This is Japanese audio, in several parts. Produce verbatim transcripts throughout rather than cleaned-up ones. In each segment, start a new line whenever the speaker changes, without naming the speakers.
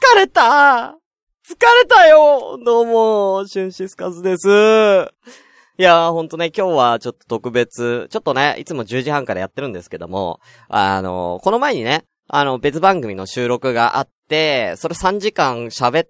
れた疲れたよどうも、シュンシスカスです。いやーほんとね、今日はちょっと特別、ちょっとね、いつもじゅうじはんからやってるんですけども、あのー、この前にね、あの、別番組の収録があって、それさんじかん喋って、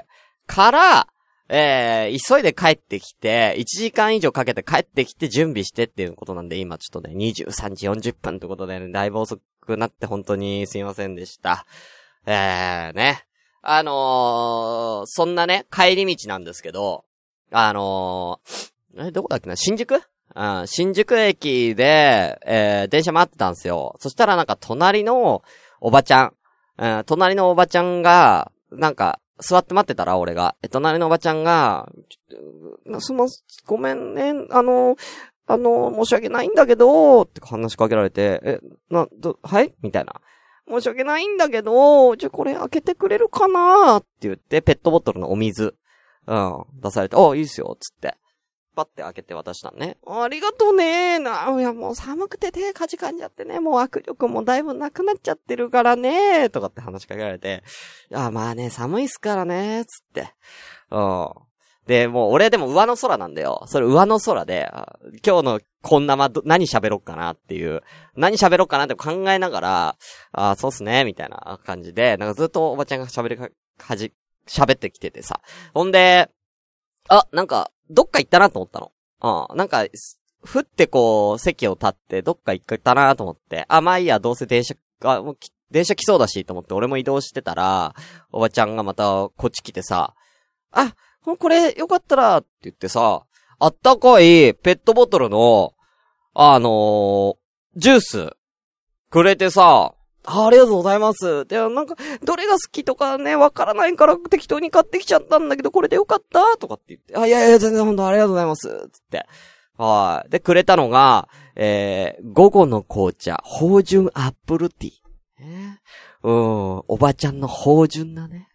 から、えー、急いで帰ってきて、いちじかん以上かけて帰ってきて準備してっていうことなんで、今ちょっとね、にじゅうさんじよんじゅっぷんということでね、だいぶ遅くなって本当にすいませんでした。えー、ね。あのー、そんなね、帰り道なんですけど、あのー、え、どこだっけな、新宿？うん、新宿駅で、えー、電車待ってたんですよ。そしたらなんか隣のおばちゃん、うん、隣のおばちゃんが、なんか、座って待ってたら、俺が。え、隣のおばちゃんが、すま、ごめんね、あの、あの、申し訳ないんだけど、って話しかけられて、え、な、ど、はいみたいな。申し訳ないんだけど、じゃ、これ開けてくれるかなって言って、ペットボトルのお水、うん、出されて、あ、いいっすよ、つって。パッて開けて渡したのね。ありがとうねーな。いや、もう寒くて手かじかんじゃってね、もう握力もだいぶなくなっちゃってるからねーとかって話しかけられて、いや、まあね、寒いっすからねーつって。うん。で、もう俺でも上の空なんだよ。それ上の空で、今日のこんなま、何喋ろっかなっていう、何喋ろっかなって考えながら、あ、そうっすね、みたいな感じで、なんかずっとおばちゃんが喋りか、はじ、喋ってきててさ。ほんで、あ、なんか、どっか行ったなと思ったの。うん。なんか、ふってこう、席を立って、どっか行ったなと思って。あ、まあいいや、どうせ電車が、もう電車来そうだし、と思って俺も移動してたら、おばちゃんがまたこっち来てさ、あ、これよかったら、って言ってさ、あったかいペットボトルの、あのー、ジュース、くれてさ、あ, ありがとうございます。で、なんか、どれが好きとかね、わからないから適当に買ってきちゃったんだけど、これでよかったとかって言って、あ、いやいや、全然ほんとありがとうございます。つって。はい。で、くれたのが、えー、午後の紅茶、芳醇アップルティー。えー、うん、おばちゃんの芳醇なね。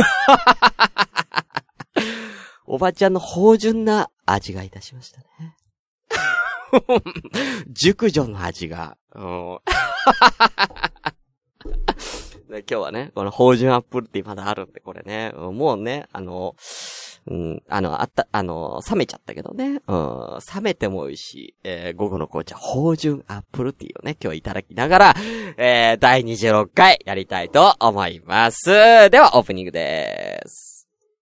おばちゃんの芳醇な味がいたしましたね。熟女の味が。うんで今日はね、この芳醇アップルティーまだあるんで、これね、もうね、あの、うん、あの、あった、あの、冷めちゃったけどね、うん、冷めても美味しい、えー、午後の紅茶、芳醇アップルティーをね、今日いただきながら、えー、だいにじゅうろっかいやりたいと思います。では、オープニングでーす。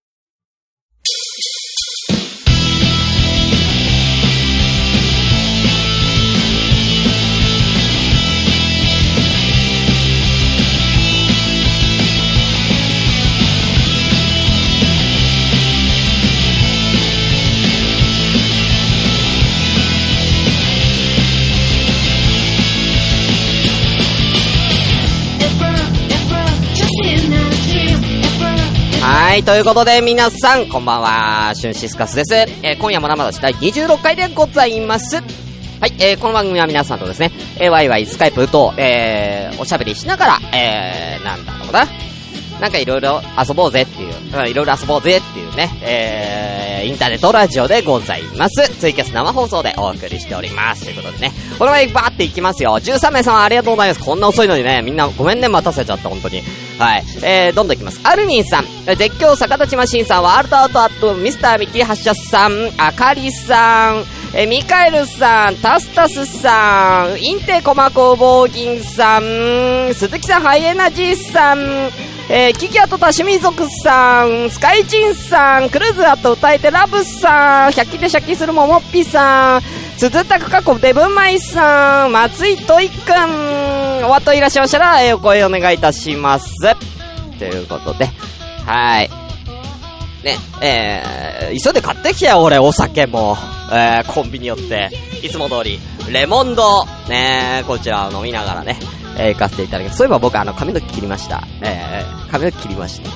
はい、ということで皆さん、こんばんは、シュンシスカスです。えー、今夜も生出しだいにじゅうろっかいでございます。はい、えー、この番組は皆さんとですね、えー、ワイワイスカイプと、えー、おしゃべりしながら、えー、なんだろうな。なんかいろいろ遊ぼうぜっていう、いろいろ遊ぼうぜっていうね、えー、インターネットラジオでございます。ツイキャス生放送でお送りしております。ということでね、この前バーっていきますよ。じゅうさんめい様ありがとうございます。こんな遅いのにね、みんなごめんね、待たせちゃった、本当に。はい。えー、どんどんいきます。アルミンさん、絶叫逆立ちマシンさん、ワールドアウトアット、ミスターミキ発射さん、あかりさん、えー、ミカエルさん、タスタスさん、インテコマ工房銀さん、鈴木さん、ハイエナジーさん、えー、キキアとタシミ族さん、スカイチンさん、クルーズアと歌えてラブさん、ひゃっ均で借金するももっぴさん、鈴田かこデブマイさん、松井といくん、お後いらっしゃいましたら、えー、お声お願いいたします。ということで、はい。ね、えー、急いで買ってきたよ、俺、お酒も。えー、コンビニ寄って、いつも通り、レモンド、ね、こちらを飲みながらね、えー、行かせていただきます。そういえば僕、あの、髪の毛切りました。えー、髪の毛切りました。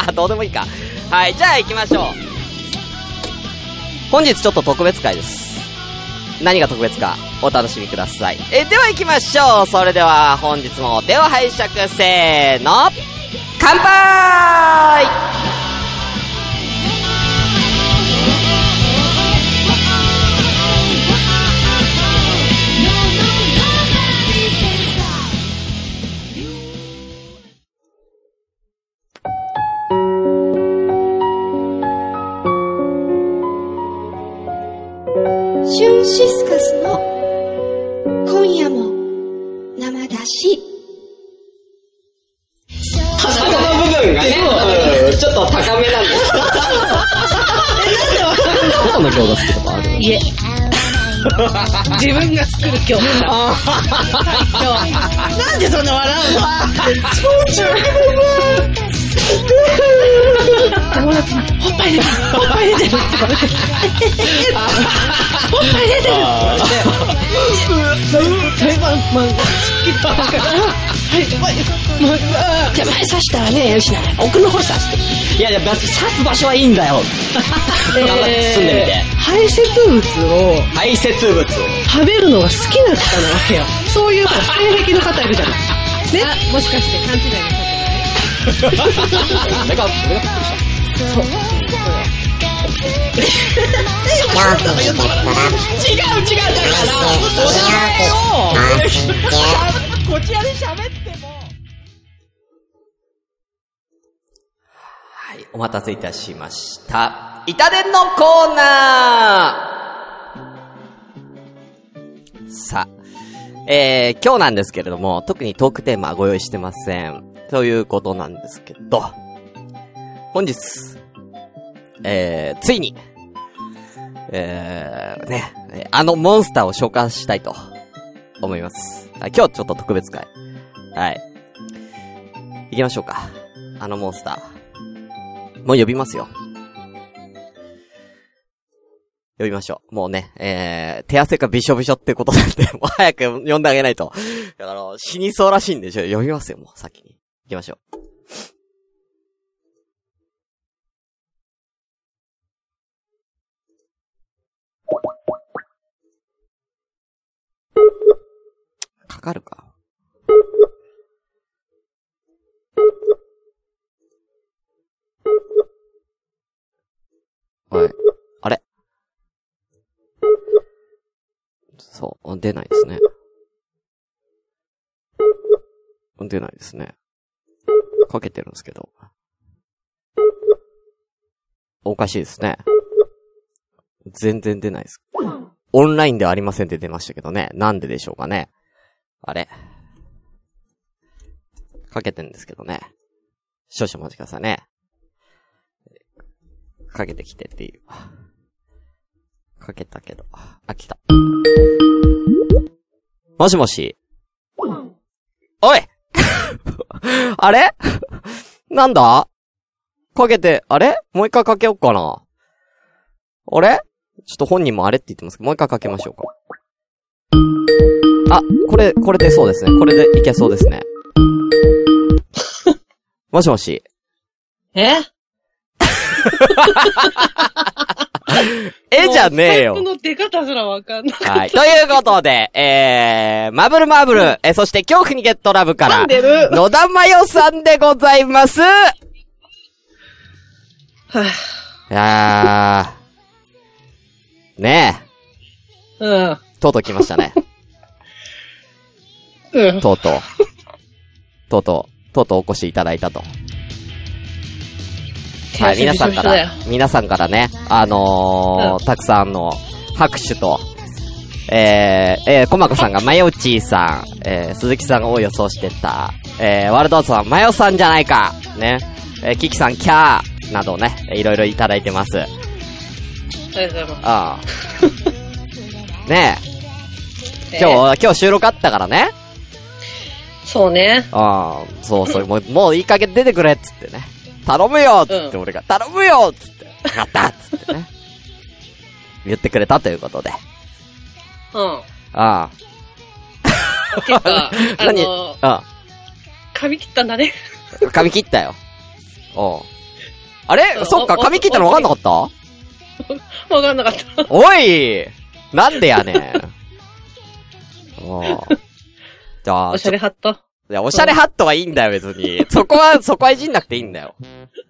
どうでもいいか。はい、じゃあ行きましょう。本日ちょっと特別会です。何が特別か、お楽しみください。えー、では行きましょう。それでは、本日も手を拝借、せーの、乾杯！
サスの今夜も生出し。
この部分がね、うん、ちょっと高めなんです。どこの餃子好きとかある？
いえ。自分が作る餃子。なんでそんな笑うの？友達にほっぱい出てる、ほっぱい出てるって言われて、ほっぱい出てるって言われて、台湾漫画好きだから、はい、漫画。じゃあ前刺したらね、よしな、奥の方刺して。
いやいや、刺す場所はいいんだよ。頑張って進んでみて。
排泄物を、
排泄物を
食べるのが好きな方なわけよ。そういう性癖の方いるじゃない。ね、もしかして勘違いの方。
俺が、俺がびっくりした。そう。違う違うだからこちらで喋っても。はい、お待たせいたしました。イタ電のコーナー。さあ、えー、今日なんですけれども、特にトークテーマはご用意してません。ということなんですけど、本日、えー、ついに、えー、ね、あのモンスターを紹介したいと思います。今日ちょっと特別会。はい。行きましょうか。あのモンスター。もう呼びますよ。呼びましょう。もうね、えー、手汗がびしょびしょってことなんで、もう早く呼んであげないと。だから、死にそうらしいんで、ちょっと呼びますよ、もう先に。行きましょう。かかるか。はい。あれ？そう、出ないですね。出ないですね。かけてるんですけど。おかしいですね。全然出ないです。オンラインではありませんって出ましたけどね。なんででしょうかね。あれ。かけてるんですけどね。少々お待ちくださいね。かけてきてっていう。かけたけど。あ、来た。もしもし。おいあれなんだかけて、あれもう一回かけようかな。あれちょっと本人もあれって言ってますけど、もう一回かけましょうか。あ、これ、これでそうですね。これでいけそうですね。もしもし。
え
えじゃねえよ。
スタイプの出方すらわかんない。
はい。ということで、えー、マブルマブル、えー、そして恐怖にゲットラブから、野田真代さんでございます。は
ぁ、
いやー、ね
え。うん。
とうとう来ましたね。
うん。
とうとう。とうとう、とうとうお越しいただいたと。はい、皆さんから、皆さんからね、あのー、うん、たくさんの拍手と、えー、えー、コマコさんがマヨチーさん、えー、鈴木さんがを予想してた、えー、ワールドアーツさん、マヨさんじゃないか、ね、えー、キキさん、キャー、などね、いろいろいただいてます。
ありがとうございます。
ああ。ねえ。今日、今日収録あったからね。
そうね。
ああ、そうそう、もう、もういい加減出てくれっつってね。頼むよっつって俺が、うん、頼むよっつって、やったっつってね。言ってくれたということで。
うん。
ああ。
ていうか、あ
何
のー、
ああ
髪切ったんだね。
髪切ったよ。おう。あれそっか、髪切ったの分かんなかった
分かんなかった。
おいなんでやねん。おう。じゃあ。
おしゃれハット。
いや、おしゃれハットはいいんだよ、別に。そこは、そこはいじんなくていいんだよ。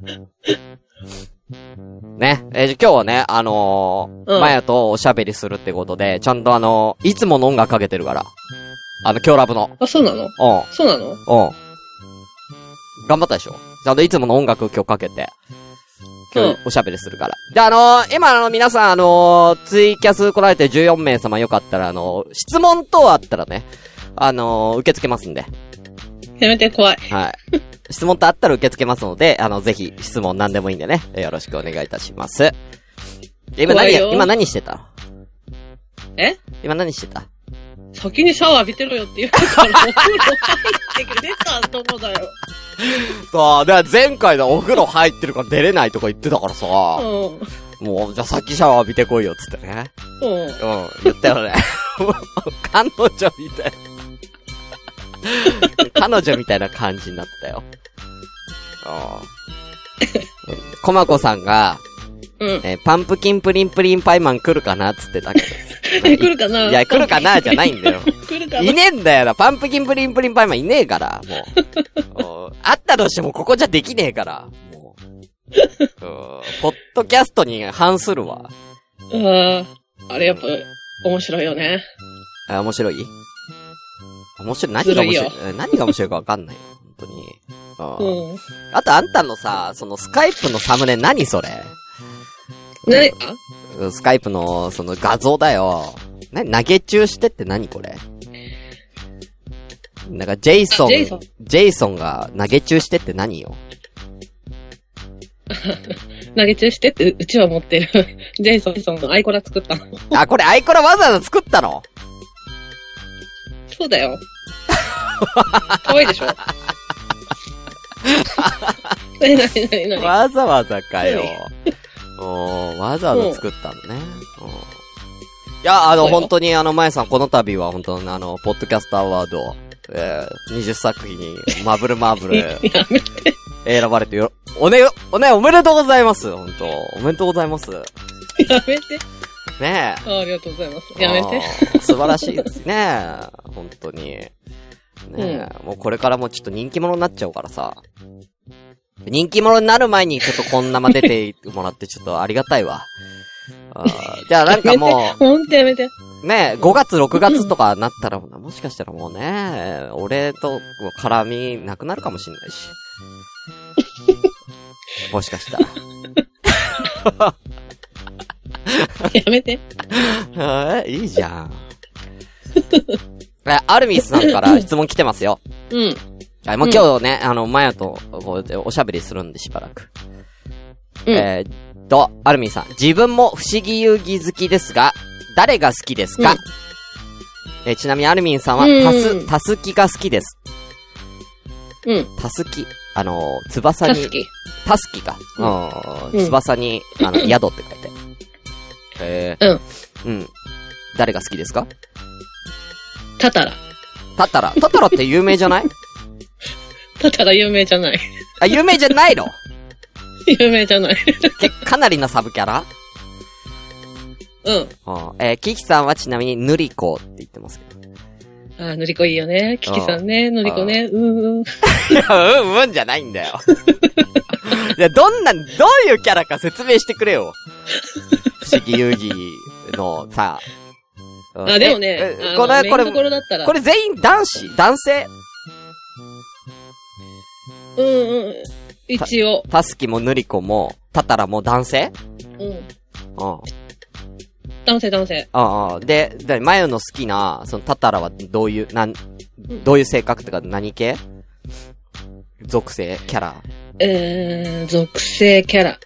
ね。えー、今日はね、あのー、うん、マヤとおしゃべりするってことで、ちゃんとあのー、いつもの音楽かけてるから。あの、今日ラブの。
あ、そうなの？
うん。
そうなの？
うん。頑張ったでしょ？ちゃんといつもの音楽今日かけて。 今日おしゃべりするから。で、あのー、今あの皆さんあのー、ツイキャス来られてじゅうよんめいさまよかったらあのー、質問等あったらね、あのー、受け付けますんで。
やめて、怖い。
はい。質問とあったら受け付けますので、あの、ぜひ質問何でもいいんでね、よろしくお願いいたします。今何、今何してた？
え？
今何してた？
先にシャワー浴びてろよって言うから、お風呂入ってくれたとこだよ。
さあ、で、前回のお風呂入ってるから出れないとか言ってたからさ、
うん、
もう、じゃあ先シャワー浴びてこいよっつってね。
うん。
うん、言ったよね。彼女みたいな。彼女みたいな感じになったよ。ああ。コマコさんが、
うん、
えー、パンプキンプリンプリンパイマン来るかなっつってたけど。
来るかない
や、来るかなじゃないんだよ。
来るかない
ねえんだよな。パンプキンプリンプリンパイマンいねえから、もう。あったとしてもここじゃできねえから。もう。ポッドキャストに反するわ。
ああ、あれやっぱ、面白いよね。
あ、面白い？面白い。何が面白い？何が面白いかわかんないよ。本当に。うん。あとあんたのさ、そのスカイプのサムネ何それ？
何か？
スカイプのその画像だよ。な、投げ中してって何これ？なんかジェイソン、ジェイソン、ジェイソンが投げ中してって何よ？
投げ中してってうちは持ってる。ジェイソンのアイコラ作ったの。
あ、これアイコラわざわざ作ったの？
そうだよ。可愛いでしょ？なになになになに？
わざわざかよ。おー、わざわざ作ったのね。いや、あの、本当にあの、まえさん、この度は本当にあの、ポッドキャストアワード、えー、にじゅっさくひんに、マブルマーブル、
やめて。
選ばれてよ、おね、おね、おめでとうございます。本当おめでとうございます。
やめて。
ねえ。
あ, ありがとうございます。やめて。
素晴らしいですね。本当に。ねえ、うん、もうこれからもちょっと人気者になっちゃうからさ。人気者になる前にちょっとこんなま出てもらってちょっとありがたいわ。あじゃあなんかもう。
ほんとやめて。
ねえ、ごがつろくがつとかなったら、もしかしたらもうね、俺と絡みなくなるかもしんないし。もしかしたら。
やめて。
え、いいじゃん。え、アルミスさんから質問来てますよ。
うん。
はい、もう今日ね、うん、あの、マヤとこうおしゃべりするんでしばらく。うん、えー、と、アルミさん。自分も不思議遊戯好きですが、誰が好きですか？うん、えー、ちなみにアルミンさんは、タス、タスキが好きです。
うん。
タスキ。あのー、翼に。
タスキ。
タスキか。うん。うん、翼に、あの、宿って書いて。え
ー、
うん。うん。誰が好きですか？
タタラ。
タタラ。タタラって有名じゃない？
タタラ有名じゃない。
あ、有名じゃないの？
有名じゃない。
け、かなりなサブキャラ？
うん。
あえー、キキさんはちなみにヌリコって言ってますけど。
あー、ヌリコいいよね。キキさんね。ヌリコね。うんうん。い
や、うんうんじゃないんだよ。いや、どんな、どういうキャラか説明してくれよ。不思議遊戯のさ。
うん、あ、でもね、
これ、これ、
こ
れ全員男子男性
うんうん。一応。
タスキもヌリコも、タタラも男性？
うん。
うん。
男性男性。
ああ、で、で、マヨの好きな、そのタタラはどういう、なん、どういう性格ってか何系？属性キャラ？
えー、属性キャラ。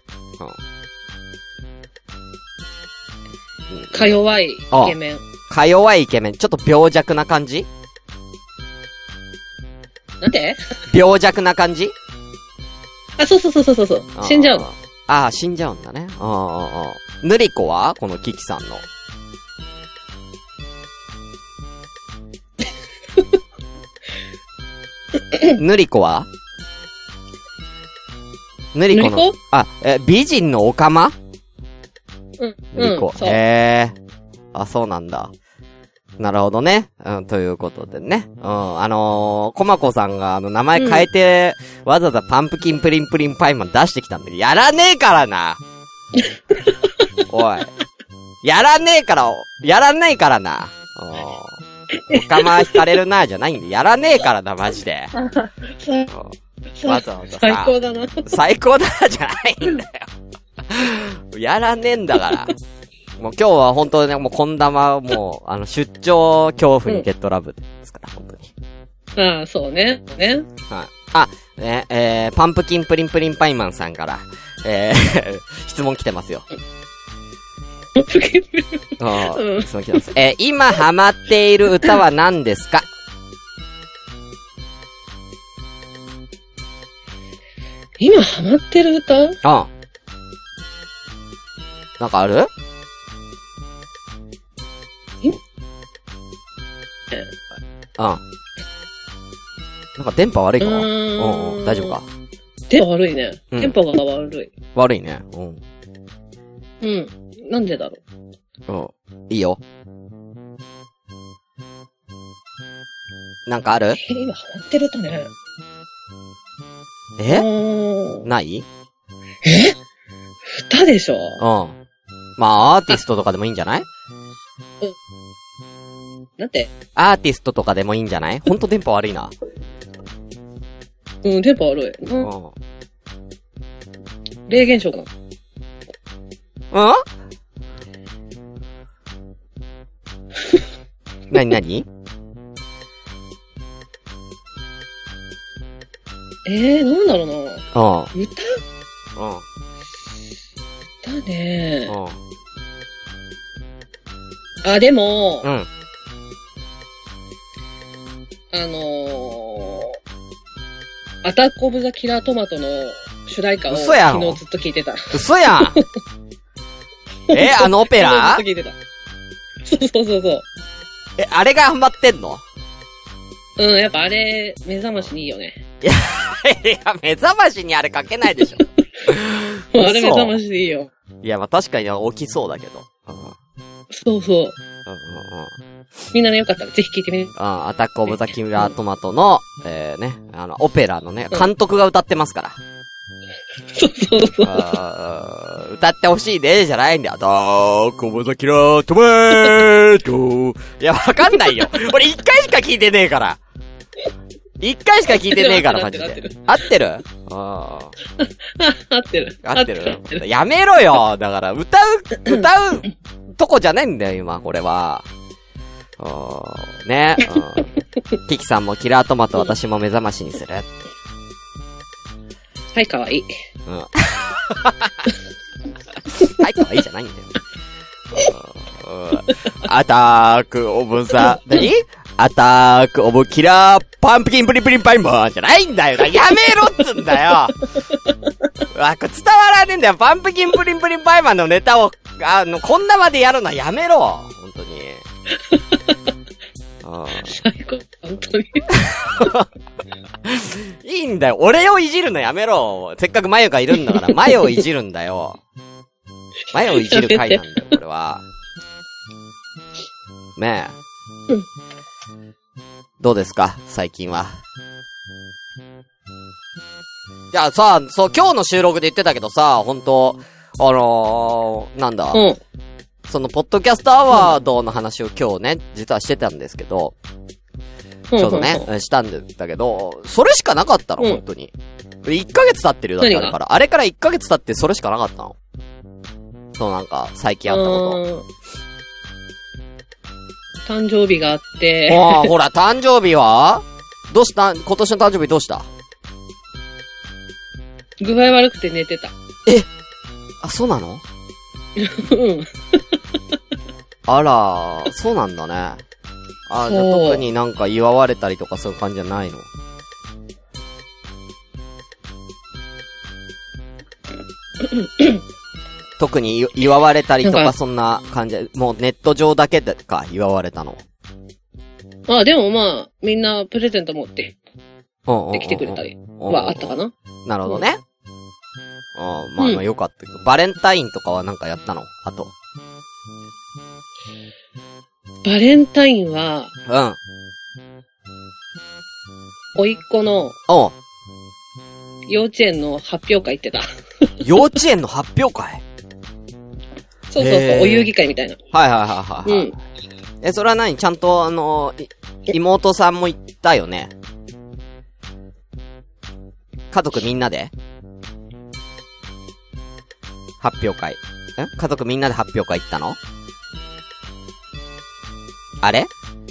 うん。か弱いイケメン。
か弱いイケメン。ちょっと病弱な感じ？
なんで？
病弱な感じ？
あ、そうそうそうそうそう。死んじゃうの。
ああ、死んじゃうんだね。ああ、ああ。ヌリコはこのキキさんの。ヌリコはヌリコの、あ、え、美人のオカマ？
うん。
ヌリコ。
うん、
へえ。あ、そうなんだ。なるほどね。うん、ということでね。うん、あのー、コマコさんがあの名前変えて、うん、わざわざパンプキンプリンプリンパイマン出してきたんだけど、やらねえからな。おい。やらねえから、やらねえからな。おオカマ引かれるな、じゃないんで、やらねえからな、マジで。わざわざさ。
最高だな。
最高だな、じゃないんだよ。 やらねえんだから。もう今日は本当にね、もうこん玉もう、あの、出張恐怖にゲットラブですから、本当に。
ああ、そうね。ね。
はい。あ、ね、えー、パンプキンプリンプリンパイマンさんから、えー、質問来てますよ。
パンプキンプリン
あー、質問来てます。えー、今ハマっている歌は何ですか？
今ハマってる歌？
ああ。なんかある？ああ。なんか電波悪いか？
う
うん
ーん。
うん、大丈夫か？
電波悪いね。
うん
電波が悪い。
悪いね。うん。
うん。なんでだろう。
うん。いいよ。なんかある？
えー、今ハマってる歌ね。
え？
うーん。
ない？
え？歌でしょ？
うん。まあ、アーティストとかでもいいんじゃない？
なんて？
アーティストとかでもいいんじゃない？ほんと電波悪いな。
うん、電波悪い。
う
うん。
ん。
霊現象かな。
うん？なになに？
えー、なんだろうな。
うん。
歌？
うん。
歌ね。
うん。
あ、でも、
うん。
あのー、アタックオブザキラートマトの主題歌を
嘘やん
昨日ずっと聞いてた。
嘘やんえ、あのオペラ？
昨日ずっと聞いてた。そうそうそうそう。
え、あれがハマってんの？
うん、やっぱあれ、目覚ましにいいよね。
いや、いや、目覚ましにあれかけないでしょ。
あれ目覚ましでいいよ。
いや、まあ、確かに起きそうだけど。うん。うんうん
そうそう。
うん。
みんなね、よかったらぜひ聞いてみて。
あ、アタックオブザキラートマトの、えーね、あの、オペラのね、監督が歌ってますから。
そうそうそう。
あ歌ってほしいね、じゃないんだよ。アタックオブザキラートマト。いや、わかんないよ。俺一回しか聞いてねえから。一回しか聞いてねえから、マジで。合ってる？あ
合ってる。
あ。合ってる？やめろよ。だから、歌う、歌うとこじゃないんだよ、今、これは。ね。キキさんもキラートマト私も目覚ましにする。
はい、かわいい。
うん。はい、かわいいじゃないんだよ。アタックオブザ、何？アタックオブキラーパンプキンプリプリンパイマンじゃないんだよ。やめろっつんだよ。わ、これ伝わらねえんだよ。パンプキンプリンプリンパイマンのネタを、あの、こんなまでやるのはやめろ。本当に。
最高、本当に。
いいんだよ。俺をいじるのやめろ。せっかくマヨがいるんだから、マヨをいじるんだよ。マヨをいじる回なんだよ、これは。ねえ。うん。どうですか最近は。じゃあさ、そう、今日の収録で言ってたけどさ、ほんと、あのー、なんだ。うん。その、ポッドキャストアワードの話を今日ね、実はしてたんですけど、ちょうどね、したんだけど、それしかなかったの、うん、本当に。いっかげつ経ってるよ、だってあれから。あれからいっかげつ経ってそれしかなかったの。そう、なんか、最近あったこと。
誕生日があって。
ああ、ほら、誕生日はどうした今年の誕生日どうした？
具合悪くて寝てた。
え？あ、そうなの？
うん。
あら、そうなんだね。あ、じゃあ特になんか祝われたりとかそういう感じじゃないの？特に祝われたりとかそんな感じで、もうネット上だけでか、祝われたの。
あ、でもまあ、みんなプレゼント持って、で来てくれたりはあったかな。
なるほどね。うん、あまあまあよかったけど、うん、バレンタインとかはなんかやったの？あと。
バレンタインは、
うん。
おいっ子の、
おう。
幼稚園の発表会行ってた。
幼稚園の発表会？
そうそうそう、お遊戯会みたいな。
はいはいはいはい、はい。うん。え、それは何？ちゃんとあの、妹さんも行ったよね？家族みんなで？ 発表会。ん家族みんなで発表会行ったの？あれ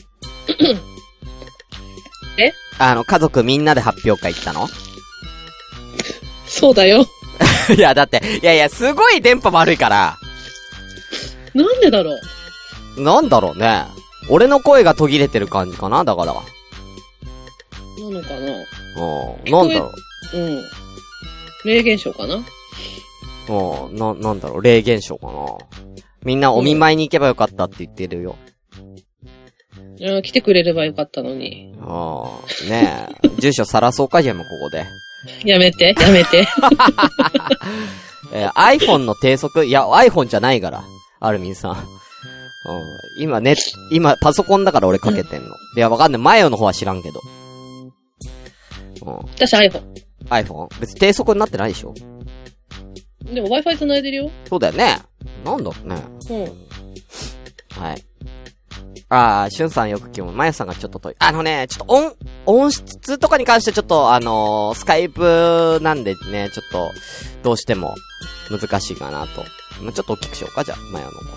え
あの、家族みんなで発表会行ったの？
そうだよ。
いや、だって、いやいや、すごい電波悪いから。
なんでだろう。
なんだろうね。俺の声が途切れてる感じかな、だから。
なのかな。
うん。なんだろ
う。うん。霊現象かな。
うん。な、なんだろう、霊現象かな。みんなお見舞いに行けばよかったって言ってるよ。
いや、来てくれればよかったのに。
ああ、ねえ。住所さらそうかじゃんも、ここで。
やめて、やめて。
えー、iPhone の低速、いや、iPhone じゃないから。アルミンさん。うん。今ね、今パソコンだから俺かけてんの。いや、わかんない。前の方は知らんけど。うん。
私 iPhone。
iPhone？ 別に低速になってないでしょ？
でも Wi-Fi 繋いでるよ。
そうだよね。なんだろうね。
うん。
はい。あー、しゅんさんよく聞く。まやさんがちょっと遠い。あのね、ちょっと音、音質とかに関してちょっとあのー、スカイプなんでね、ちょっと、どうしても難しいかなと。ちょっと大きくしようか、じゃあ、まやの声。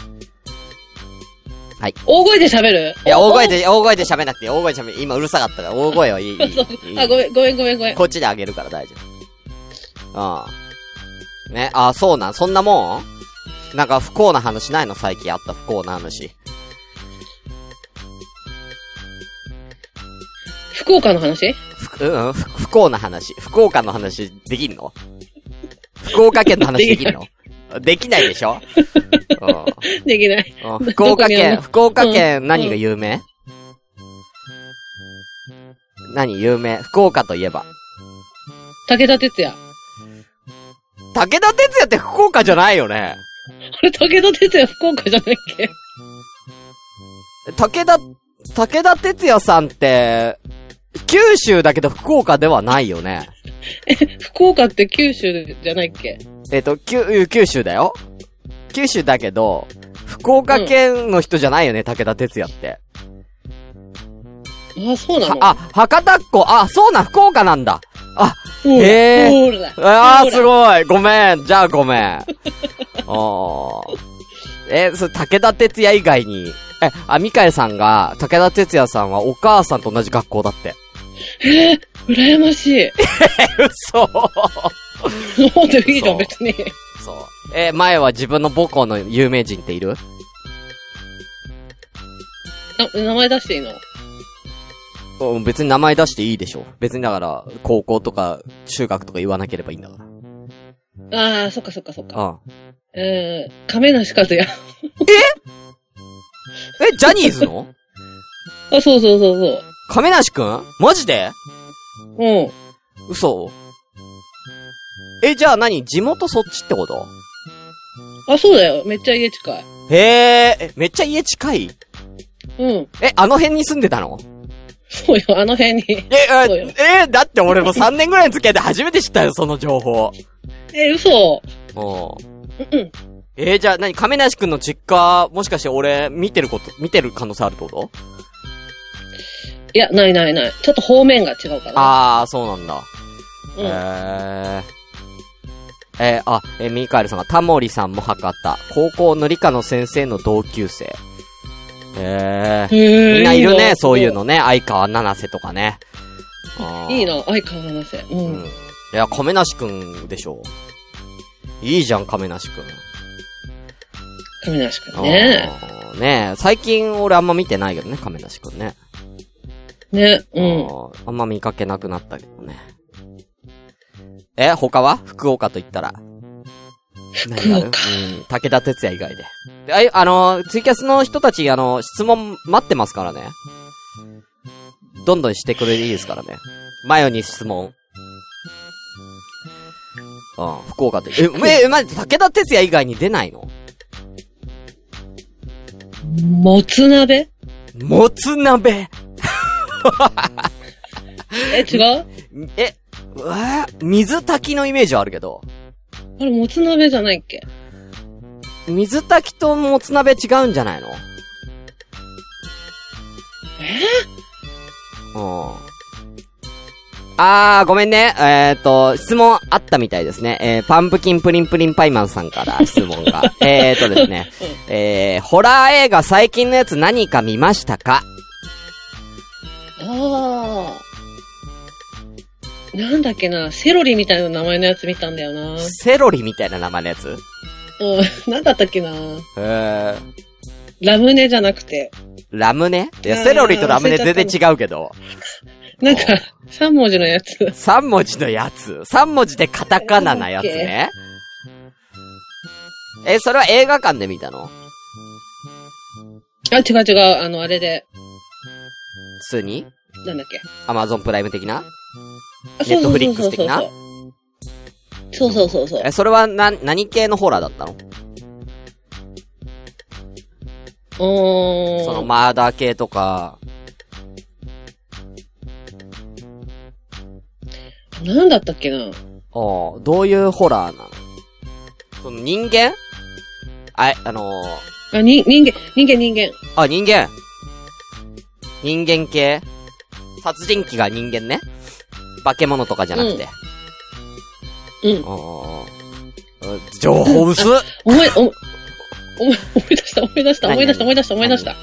はい。
大声で喋る？
いや、大声で、大声で喋んなくていい。大声で喋る。今うるさかったから、大声はいい。いいいい
あ、ごめん、ごめん、ごめん、ごめん。
こっちであげるから大丈夫。ああ。ね、あ、そうなん、そんなもん？なんか不幸な話ないの？最近あった不幸な話。
福岡の話？
ふ、うん、不幸な話。福岡の話できんの？福岡県の話できんの？できないでしょ？うん、
できない。
うん、福岡県、福岡県何が有名？うん、何有名？福岡といえば。
武田鉄矢。
武田鉄矢って福岡じゃないよね。
あれ、武田鉄矢福岡じゃないっけ？
武田、武田鉄矢さんって、九州だけど福岡ではないよね。
え、福岡って九州じゃないっけ？
えっと、九、九州だよ。九州だけど、福岡県の人じゃないよね、うん、武田鉄矢って。
あ、そうなの？
あ、博多っ子、あ、そうな、福岡なんだ。あ、
へ
えー。あー、すごい。ごめん。じゃあごめん。おー。え、それ、武田鉄矢以外に、え、あ、ミカエルさんが、武田鉄矢さんはお母さんと同じ学校だって。
えー、羨ましい。え、
嘘。
なんでいいじゃん、別に。
そう。え、前は自分の母校の有名人っている？
な、名前出していいの？
うん、別に名前出していいでしょ。別にだから、高校とか、中学とか言わなければいいんだから。
ああ、そっかそっかそっか。
うん。
えー、亀梨和也。え
え、ジャニーズの？
あ、そうそうそうそう。
亀梨くん？マジで？
うん。
嘘？え、じゃあ何？地元そっちってこと？
あ、そうだよ。めっちゃ家近い。
へえ、めっちゃ家近い？
うん。
え、あの辺に住んでたの？
そうよ、あの辺に。
え、え、え、だって俺もさんねんぐらいの付き合いで初めて知ったよ、その情報。
え、嘘。
おう。
うん。
えー、じゃあ何？亀梨くんの実家、もしかして俺、見てること、見てる可能性あるってこと？
いや、ないないない。ちょっと方面が違うかな。
あー、そうなんだ。
うん、
えー。えー、あ、えー、ミカエルさんが、タモリさんも博多。高校の理科の先生の同級生。えー。
へー、
みんないるね、
いい
そういうのね。相川七瀬とかね。
いいな、相川七瀬。うん。うん、
いや、亀梨くんでしょ。いいじゃん、亀梨くん。
亀梨くんね。
ねえ、最近俺あんま見てないけどね、亀梨くんね。
ね、うん。
あ, あんま見かけなくなったけどね。え、他は福岡と言ったら。
福岡。うん、
武田鉄矢以外で。であ, あの、ツイキャスの人たち、あの、質問待ってますからね。どんどんしてくれていいですからね。マヨに質問。うん、福岡で。え、え、まじ、武田鉄矢以外に出ないの？
もつ鍋？
もつ鍋
え、違う？
え、うわぁ、水炊きのイメージはあるけど。
あれ、もつ鍋じゃないっけ？
水炊きともつ鍋違うんじゃないの？え
ー、
うん。 あー、ごめんね。えーっと、質問あったみたいですね。えー、パンプキンプリンプリンパイマンさんから質問が。えーっとですね。えー、ホラー映画最近のやつ何か見ましたか？
あー。なんだっけな、セロリみたいな名前のやつ見たんだよな。
セロリみたいな名前のやつ？
うん、なんだったっけな。
へー。
ラムネじゃなくて。
ラムネ？いや、セロリとラムネ全然違うけど。
なんか、三文字のやつ。
三文字のやつ。三文字でカタカナなやつね。え、それは映画館で見たの？
あ、違う違う、あの、あれで。
普通に？
なんだっけ？
アマゾンプライム的な？
あ、
ネットフリックス的な？
そうそうそうそう。
え、それはな、何系のホラーだったの？
おー。
そのマーダー系とか。
なんだったっけな。
おー、どういうホラーなの？その人間？あ、あのー、
あ、に、人間、人間人間。
あ、人間。人間系？殺人鬼が人間ね。化け物とかじゃなくて。
うん。うん。
おー、情報薄っ
思い、お、思い、思い出した、思い出した、思い出した、思い出した、思い出した。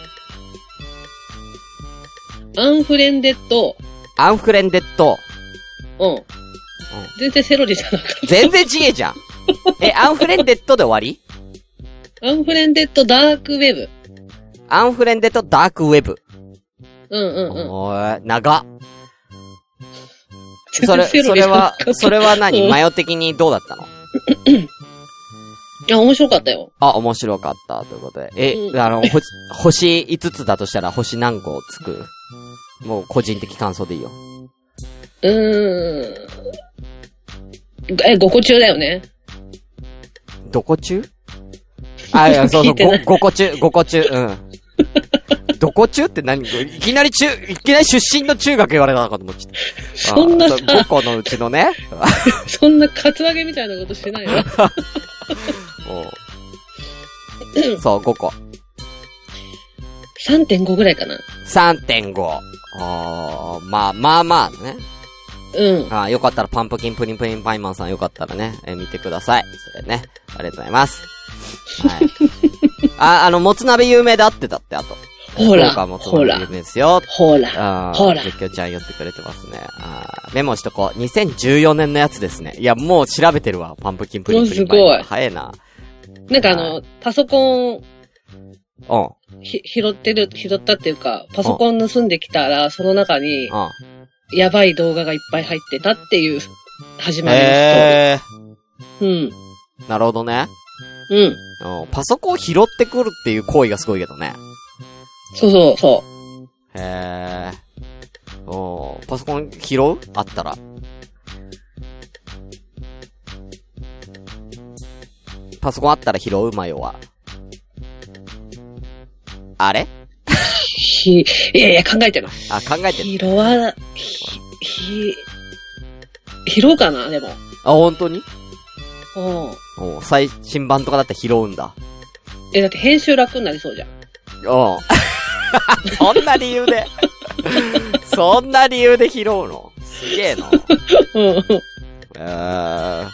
アンフレンデッド。
アンフレンデッド。
うん。全然セロリじゃなかった。
全然違えじゃん。え、アンフレンデッドで終わり？
アンフレンデッドダークウェブ。
アンフレンデッドダークウェブ。
うんうんうん。
おーい、長っ。それ、それは、それは何？マヨ的にどうだったの？
いや、面白かったよ。
あ、面白かった。ということで。え、うん、あの、ほ、星いつつだとしたら星何個つく？もう個人的感想でいいよ。
うーん。え、ごこ中だよね。
どこ中？あ、いや、そうそう、ごこ中、ごこ中、うん。どこ中って何？いきなり中、いきなり出身の中学言われたのかと思っちゃった。
そんなさ、
ごこのうちのね。
そんなカツアゲみたいなことしないよ。
そう、ごこ。
さんてんご ぐらいかな。
さんてんご。あー、まあまあまあね。
うん。
あ、よかったらパンプキンプリンプリンパイマンさんよかったらね、えー、見てください。それね。ありがとうございます。はい。あ、あの、もつ鍋有名で合ってたって、あと。
ほら。
ほら。有名ですよ。
ほら。ほら。
実況ちゃん言ってくれてますね。あ、メモしとこう。にせんじゅうよねんのやつですね。いや、もう調べてるわ。パンプキンプリンプリンパイマン。すごい。早いな。
なんかあの、パソコン、
うん。
ひ、拾ってる、拾ったっていうか、パソコン盗んできたら、その中に、
うん。
やばい動画がいっぱい入ってたっていう、始まりのストーリー。
へ
ー。うん。
なるほどね。
うん。
パソコン拾ってくるっていう行為がすごいけどね。
そうそうそう。
へー。おー、パソコン拾う？あったら。パソコンあったら拾う？マヨは。あれ？
ひ、いやいや、考えてる。
あ、考えてる。
拾わ、ひ、ひ、拾うかなでも。
あ、本当に？
うん。
お最新版とかだったら拾うんだ。
え、だって編集楽になりそうじゃん。
おそんな理由でそんな理由で拾うのすげえな。
うん。
えー、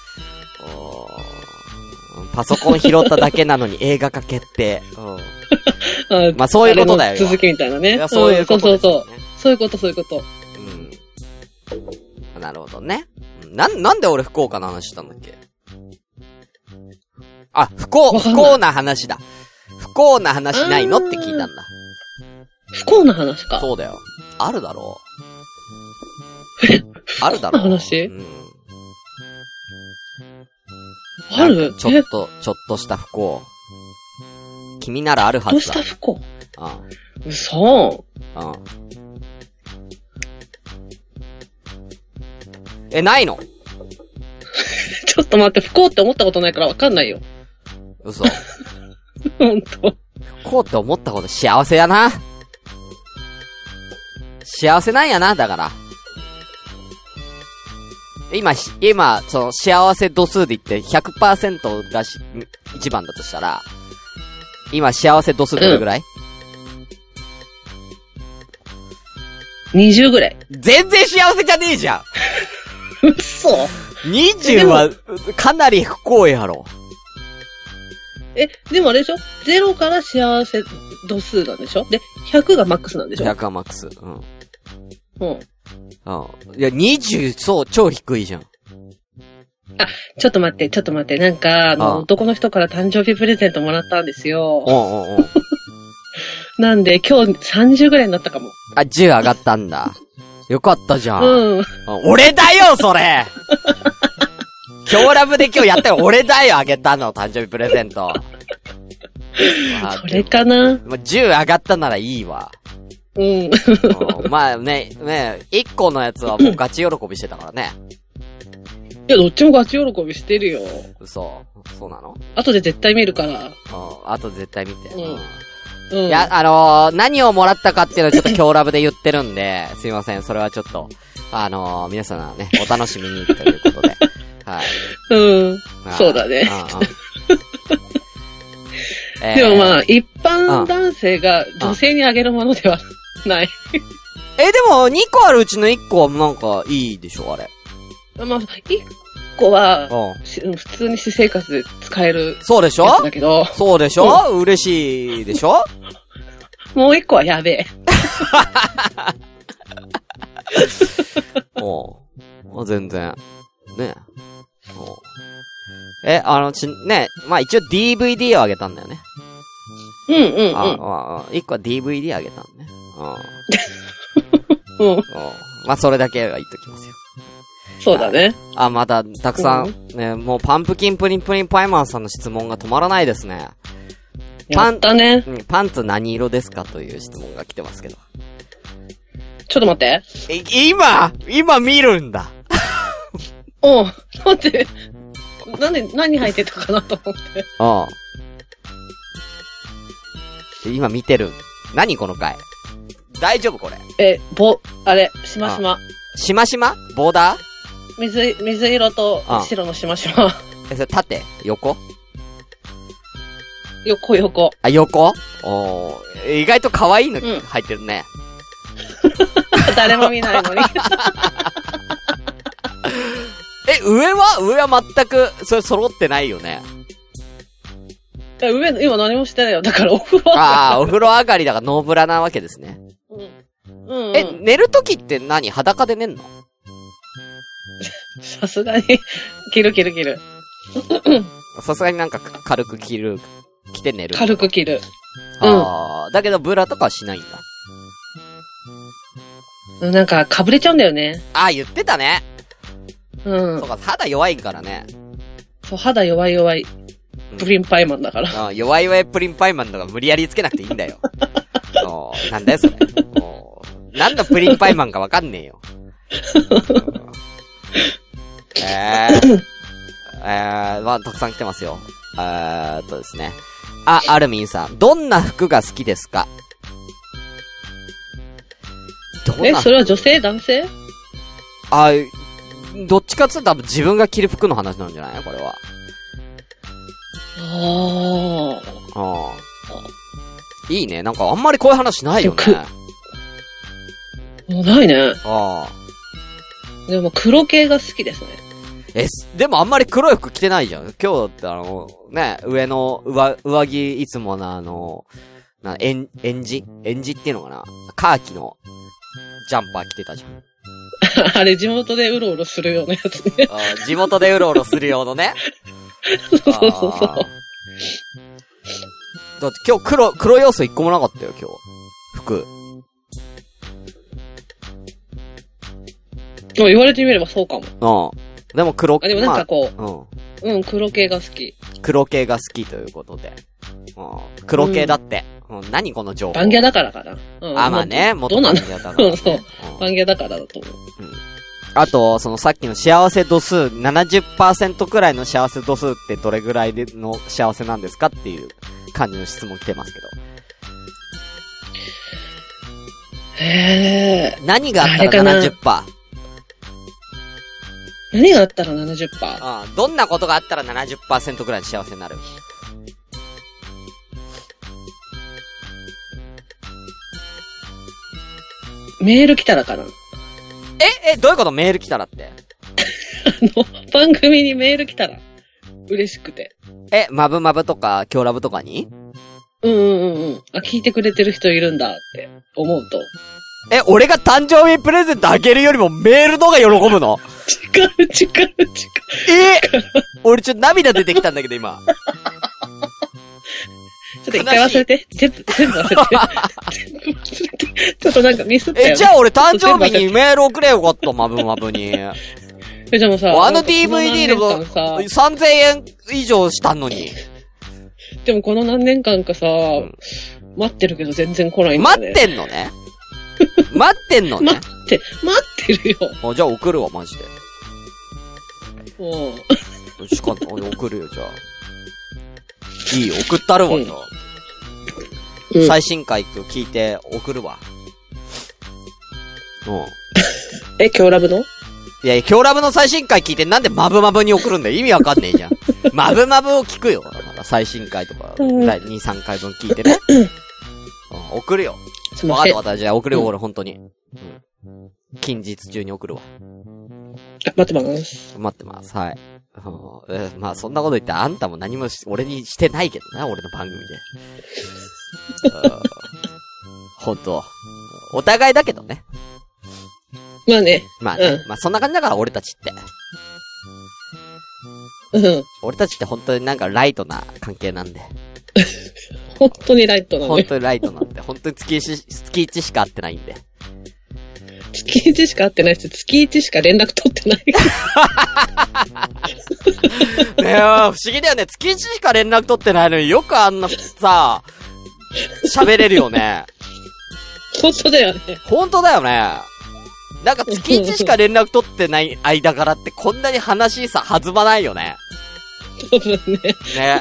パソコン拾っただけなのに映画化決定。うん。まあそういうことだよ。
続きみたいなね。いや
そういうことですよね、
うん。そうそうそう。そういうこと、そういうこと。
うん。なるほどね。な、なんで俺不幸かな話したんだっけ？あ、不幸、不幸な話だ。不幸な話ないのって聞いたんだ。
不幸な話か。
そうだよ。あるだろう。あるだろう。
話？
うん。
ある？
ちょっと、ちょっとした不幸。君ならあるはずだ。
ちょっとした不幸？
うん。
嘘？
うん。え、ないの？
ちょっと待って、不幸って思ったことないからわかんないよ。
嘘。
ほんと。
不幸って思ったこと幸せやな。幸せなんやな、だから。今、今、その幸せ度数で言って ひゃくパーセント がし、一番だとしたら、今幸せ度数どれぐらい？
にじゅうぐらい。
全然幸せじゃねえじゃん。
嘘。
にじゅうは、かなり不幸やろ。
え、でもあれでしょ？ゼロから幸せ度数なんでしょ？で、ひゃくがマックスなんでしょ？
ひゃく がマックス。うん。
うん。
うん。いや、にじゅう、そう、超低いじゃん。
あ、ちょっと待って、ちょっと待って。なんか、あの、あ男の人から誕生日プレゼントもらったんですよ。
おんおんおん。
なんで、今日さんじゅうぐらいになったかも。
あ、じゅう上がったんだ。よかったじゃん。
うん。
俺だよ、それ今日ラブで今日やったよ、俺だよ、あげたの、誕生日プレゼント。まあ、
それかな？
まあ、じゅう上がったならいいわ。
うん。
まあね、ね、いっこのやつはもうガチ喜びしてたからね。
いや、どっちもガチ喜びしてるよ。
嘘。そうなの？
後で絶対見るから。
うん。あと絶対見て。
うん。うん。
いや、あのー、何をもらったかっていうのをちょっと今日ラブで言ってるんで、すいません。それはちょっと、あのー、皆さんね、お楽しみにということで。はい。
うん。そうだね。
えー、
でもまあ、一般男性が女性にあげるものではない。
え、でも、にこあるうちのいっこはなんかいいでしょ、あれ。
まあ、いっこは、
うん、
普通に私生活で使える。
そうでしょ？
だけど。
そうでしょ？うん、嬉しいでしょ？
もういっこはやべえ。
もう、全然。ねえ。え、あの、ち、ね、まあ、一応 ディーブイディー をあげたんだよね。
うんうんうん。
ああ、あ、一個は ディーブイディー あげたんね。
うん。うん。
まあ、それだけは言っときますよ。
そうだね。
あ、また、たくさん、うん、ね、もうパンプキンプリンプリンパイマンさんの質問が止まらないですね。
パン、だね。
うん、パンツ何色ですかという質問が来てますけど。
ちょっと待って。
え、今今見るんだ。
うん。待って。なんで、何履いてたかなと思って。
ああ。今見てる。何この回。大丈夫これ。
え、ぼ、あれ、しましま。
しましまボーダー
水、水色と白のしましま。
え、それ縦横
横横。
あ、横おー、意外と可愛いの入ってるね。
うん、誰も見ないのに。
え、上は上は全く、それ揃ってないよね。
え、上、今何もしてないよ。だからお風呂上がり。
ああ、お風呂上がりだからノーブラなわけですね。
うん。うん、うん。
え、寝るときって何？裸で寝んの？
さすがに、着る着る着る。
さすがになんか軽く着る、着て寝る。
軽く着る。
ああ、うん、だけどブラとかはしないん
だ。なんか、被れちゃうんだよね。
ああ、言ってたね。
うん。
そうか、肌弱いからね。
そう、肌弱い弱い。プリンパイマンだから。
ああ、弱い弱いプリンパイマンとか無理やりつけなくていいんだよ。おなんだよ、それ。お何のプリンパイマンかわかんねえよ。えー、えー、まあ、たくさん来てますよ。えーっとですね。あ、アルミンさん。どんな服が好きですか？
どんなえ、それは女性男性？
あ、どっちかっつうと多分自分が着る服の話なんじゃないこれは。
ああ。
ああ。いいね。なんかあんまりこういう話ないよね。
もうないね。
あ
あ。でも黒系が好きですね。
え、でもあんまり黒い服着てないじゃん。今日ってあの、ね、上の上、上着いつものあの、な、えん、えんじえんじっていうのかなカーキのジャンパー着てたじゃん。
あれ地元でうろうろするようなやつね。
あ地元でうろうろするようなね。
そうそうそう。
だって今日黒、黒要素一個もなかったよ、今日。服。
言われてみればそうかも。
うん。でも黒、
あ、でもなんかこう、
まあ、うん。
うん、黒系が好き。
黒系が好きということで。うん。黒系だって。うん、何この情報。
バンギャだからかな。
うん、あ、まあね、もっとバンギャだから、ね。
そう。バンギャだからだと思う。
うん。あと、そのさっきの幸せ度数、ななじゅっパーセント くらいの幸せ度数ってどれぐらいでの幸せなんですかっていう感じの質問来てますけど。
へー。
何があったら ななじゅっパーセント？
何があったら ななじゅっパーセント？
ああ、どんなことがあったら ななじゅっパーセント くらい幸せになる？
メール来たらかな。
え、え、どういうことメール来たらって。
あの、番組にメール来たら、嬉しくて。
え、マブマブとか、今日ラブとかに？
うんうんうんうん。あ、聞いてくれてる人いるんだって思うと。
え、俺が誕生日プレゼントあげるよりもメールの方が喜ぶの？
違う違う違う。
え俺ちょっと涙出てきたんだけど今。
ちょっと一回忘れて。全部、全部忘れて。全部忘れて。ちょっとなんかミスったよ、ね。
え、じゃあ俺誕生日にメール送れよかった、マブマブに。
え、じゃあもうさ、
あの ディーブイディー のさんぜんえん以上したのに。
でもこの何年間かさ、うん、待ってるけど全然来ないんだよね。
待ってんのね。待ってんのね。
待って、待ってるよ。
あ、じゃあ送るわ、マジで。
うん。
しかも、送るよ、じゃあ。いいよ、送ったるわ、じゃあ。うん、最新回聞いて送るわ。うん。
え、今日ラブの？
いやいや、今日ラブの最新回聞いてなんでマブマブに送るんだよ。意味わかんねえじゃん。マブマブを聞くよ。だから最新回とか、だいに、さんかいぶん聞いてね。うん、送るよ。
すいません。
わかった、じゃあ送るよ、俺、ほんとに。うん。近日中に送るわ。
あ、待ってます。
待ってます。はい。えまあ、そんなこと言ってあんたも何もし、俺にしてないけどな、俺の番組で。ほんと。お互いだけどね。
まあね。
まあね。うん、まあそんな感じだから、俺たちって。
うん。
俺たちって本当になんかライトな関係なんで。
本当にライトなんで。
本当にライトなんで。本当に月一、月一しか会ってないんで。
月一しか会ってないし、月一しか連絡取ってない。
ねえ、不思議だよね。月一しか連絡取ってないのによくあんなさ、喋れるよね。
本当だよね。
本当だよね。なんか月一しか連絡取ってない間柄ってこんなに話さ弾まないよね。
多分ね。
ね。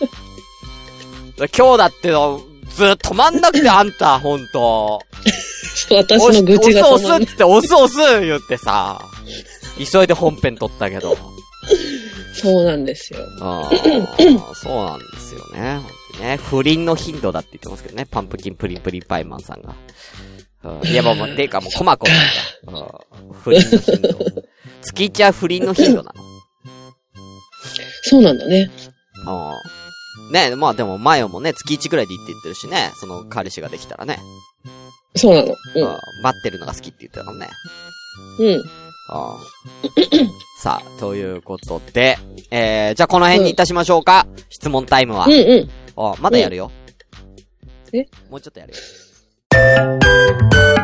今日だってずっと止まんなくてあんた、ほんと。
ちょっと私の愚痴が止まんない。
押す押すって押す押す言ってさ、急いで本編撮ったけど。
そうなんですよ。
ああ、そうなんですよね。ほんとね。不倫の頻度だって言ってますけどね。パンプキンプリンプリンパイマンさんが。いや、もう、もう、ていうかもう、コマコさんが。不倫の頻度。月一は不倫の頻度なの。
そうなんだね。
ああ。ね、まあでも、マヨもね、月一くらいで行って言ってるしね。その彼氏ができたらね。
そうなの。うん。
待ってるのが好きって言ってたもんね。
うん。
あさあ、ということで、えー、じゃあこの辺にいたしましょうか。うん、質問タイムは。
うんうん。
あまだやるよ。
うん、え
もうちょっとやるよ。